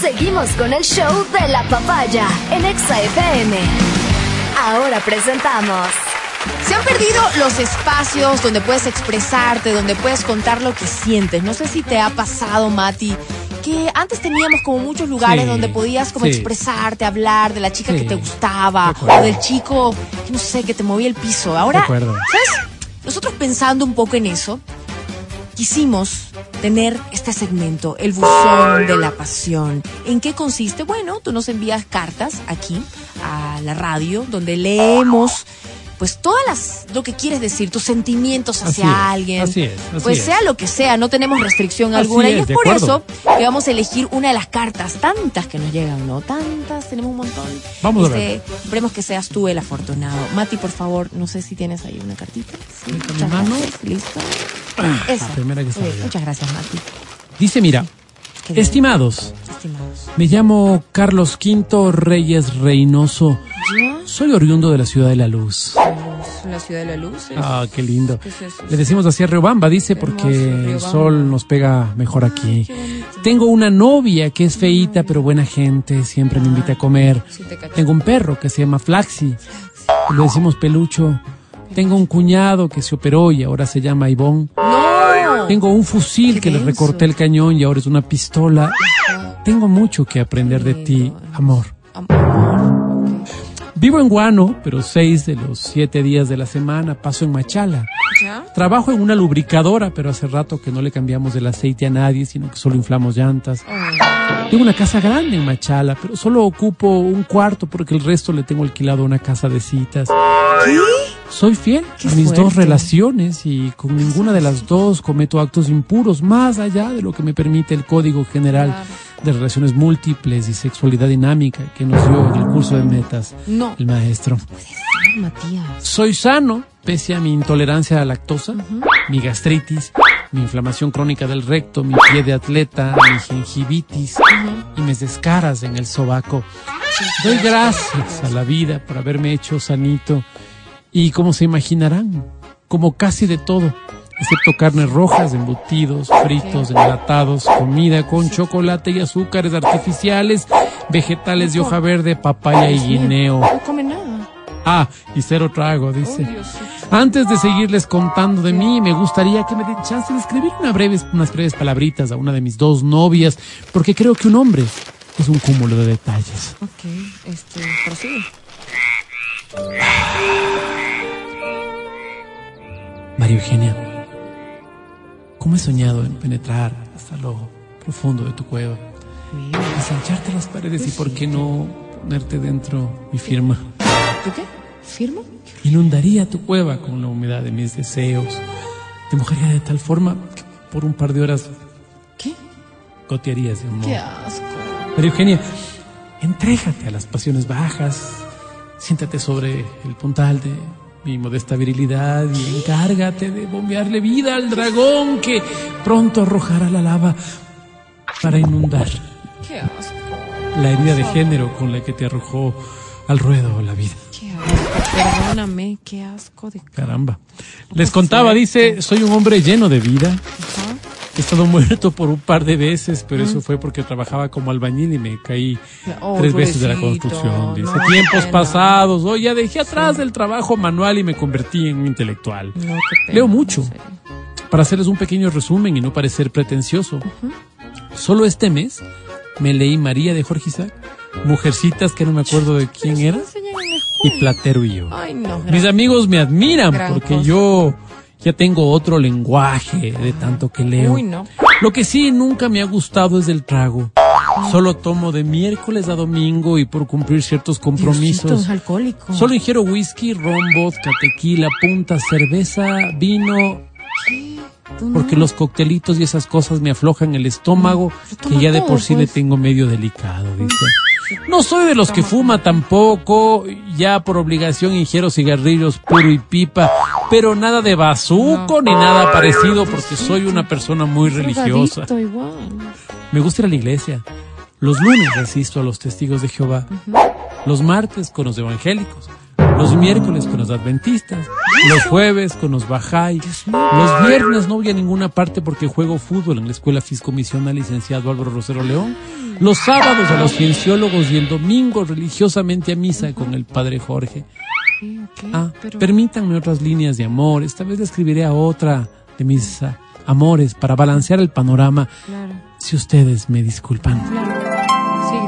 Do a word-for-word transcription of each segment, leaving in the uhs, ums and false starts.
Seguimos con el show de la papaya en Exa F M. Ahora presentamos... Se han perdido los espacios donde puedes expresarte, donde puedes contar lo que sientes. No sé si te ha pasado, Mati, que antes teníamos como muchos lugares sí, donde podías como sí. expresarte, hablar de la chica sí. que te gustaba o del chico, que no sé, que te movía el piso. Ahora, ¿sabes? Nosotros pensando un poco en eso, quisimos tener este segmento, el buzón de la pasión. ¿En qué consiste? Bueno, tú nos envías cartas aquí a la radio donde leemos pues todas las, lo que quieres decir, tus sentimientos hacia así es, alguien. Así es, así pues es. sea lo que sea, no tenemos restricción así alguna. Es, y es por acuerdo. eso que vamos a elegir una de las cartas, tantas que nos llegan, ¿no? Tantas, tenemos un montón. Vamos este, a ver. Esperemos que seas tú el afortunado. Mati, por favor, no sé si tienes ahí una cartita. Sí, mi mano. Listo. Ah, Esa. La primera que Oye, muchas gracias, Mati. Dice, mira, estimados, estimados, me llamo Carlos Quinto Reyes Reynoso. ¿Ya? Soy oriundo de la Ciudad de la Luz. La Ciudad de la Luz. Es... Ah, qué lindo. ¿Qué es eso? Le decimos así a Riobamba, dice, porque el sol nos pega mejor aquí. Tengo una novia que es feíta, pero buena gente, siempre me invita a comer. Tengo un perro que se llama Flaxi, le decimos Pelucho. Tengo un cuñado que se operó y ahora se llama Ivón. ¡No! Tengo un fusil que le recorté el cañón y ahora es una pistola. Tengo mucho que aprender de ti, amor. Amor. Vivo en Guano, pero seis de los siete días de la semana paso en Machala. ¿Ya? Trabajo en una lubricadora, pero hace rato que no le cambiamos el aceite a nadie, sino que solo inflamos llantas. Oh. Tengo una casa grande en Machala, pero solo ocupo un cuarto porque el resto le tengo alquilado a una casa de citas. ¿Qué? Soy fiel Qué a mis fuerte. dos relaciones y con ninguna de las dos cometo actos impuros más allá de lo que me permite el Código General Claro. de Relaciones Múltiples y Sexualidad Dinámica que nos dio en el curso de metas No. el maestro. Ay, Matías. Soy sano, pese a mi intolerancia a la lactosa, uh-huh. mi gastritis, mi inflamación crónica del recto, mi pie de atleta, mi gingivitis uh-huh. y mis descaras en el sobaco. Doy gracias a la vida por haberme hecho sanito y, como se imaginarán, como casi de todo, excepto carnes rojas, embutidos, fritos, enlatados, comida con chocolate y azúcares artificiales, vegetales de hoja verde, papaya y guineo. No come nada. Ah, y cero trago, dice. Oh, Dios. Antes de seguirles contando de mí, me gustaría que me den chance de escribir una breves, unas breves palabritas a una de mis dos novias, porque creo que un hombre es un cúmulo de detalles. Ok, este, prosigue. María Eugenia, ¿cómo he soñado en penetrar hasta lo profundo de tu cueva? Ensancharte las paredes y, ¿por qué no ponerte dentro mi firma? ¿Tú qué? ¿Firma? Inundaría tu cueva con la humedad de mis deseos. Te mojaría de tal forma que por un par de horas... ¿Qué? Gotearías de amor. Qué asco. María Eugenia, entrégate a las pasiones bajas. Siéntate sobre el puntal de mi modesta virilidad y encárgate de bombearle vida al dragón que pronto arrojará la lava para inundar Qué asco. la herida de género con la que te arrojó al ruedo la vida. Qué asco. Perdóname, qué asco de... Caramba. Les contaba, dice, soy un hombre lleno de vida. Ajá. He estado muerto por un par de veces, pero eso fue porque trabajaba como albañil y me caí Oh, tres veces de la pobrecito. construcción. Dice, No, tiempos qué pasados, hoy ya dejé atrás el trabajo manual y me convertí en un intelectual. No, qué pena, Leo mucho. no sé. Para hacerles un pequeño resumen y no parecer pretencioso, uh-huh. solo este mes me leí María de Jorge Isaac, Mujercitas, que no me acuerdo de quién era, y Platero y yo. Ay, no, Mis amigos me admiran gran porque cosa. yo ya tengo otro lenguaje de tanto que leo. Uy, no. Lo que sí nunca me ha gustado es el trago. Solo tomo de miércoles a domingo y por cumplir ciertos compromisos. Diosito, es alcohólico. Solo ingiero whisky, ron, vodka, tequila, punta, cerveza, vino. Porque los coctelitos y esas cosas me aflojan el estómago, que ya de por sí le tengo medio delicado, dice. No soy de los que fuma tampoco, ya por obligación ingiero cigarrillos puro y pipa, pero nada de bazuco ni nada parecido porque soy una persona muy religiosa. Me gusta ir a la iglesia. Los lunes asisto a los testigos de Jehová, los martes con los evangélicos, los miércoles con los adventistas, los jueves con los Bahá'í, los viernes no voy a ninguna parte porque juego fútbol en la Escuela Fiscomisional Licenciado Álvaro Rosero León, Los sábados a los cienciólogos y el domingo religiosamente a misa con el padre Jorge. Okay, okay, Ah, pero... permítanme otras líneas de amor. Esta vez le escribiré a otra de mis uh, amores para balancear el panorama. Claro. Si ustedes me disculpan. Claro. Sigue.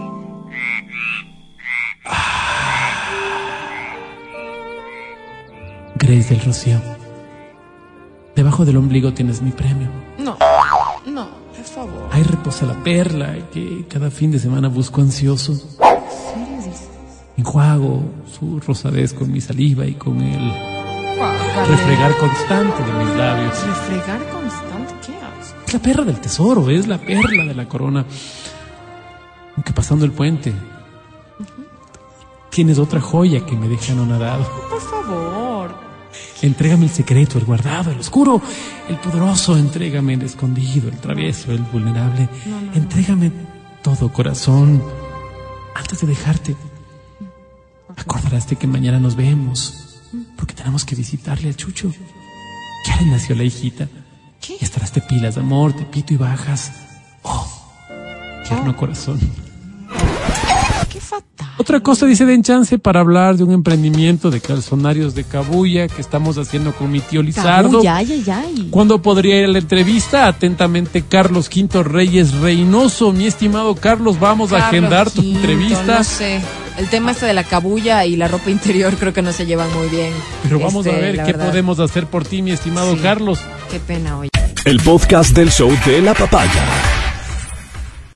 Grace del Rocío. Debajo del ombligo tienes mi premio. No, no, por favor. Ahí reposa la perla que cada fin de semana busco ansioso. ¿En serio dices? Enjuago su rosadez con mi saliva y con el Vale. refregar constante de mis labios. ¿Refregar constante? ¿Qué haces? Es la perla del tesoro, es la perla de la corona. Aunque pasando el puente, uh-huh, tienes otra joya que me deja anonadado. Por favor. Entrégame el secreto, el guardado, el oscuro, el poderoso. Entrégame el escondido, el travieso, el vulnerable. No, no, Entrégame todo, corazón. Antes de dejarte, acordarás de que mañana nos vemos, porque tenemos que visitarle al Chucho. Ya le nació la hijita. ¿Qué? Y estarás de pilas de amor, de pito y bajas. Oh, tierno corazón. Qué fatal. Otra cosa dice Den Chance para hablar de un emprendimiento de calzonarios de cabuya que estamos haciendo con mi tío Lizardo. Cabuya, ay, ay, ay. ¿Cuándo podría ir a la entrevista? Atentamente, Carlos Quinto Reyes Reynoso. Mi estimado Carlos, vamos Carlos a agendar tu Quinto, entrevista. No sé. El tema este de la cabuya y la ropa interior creo que no se llevan muy bien. Pero vamos Este, a ver la qué verdad. podemos hacer por ti, mi estimado Sí. Carlos. Qué pena hoy. El podcast del show de la papaya.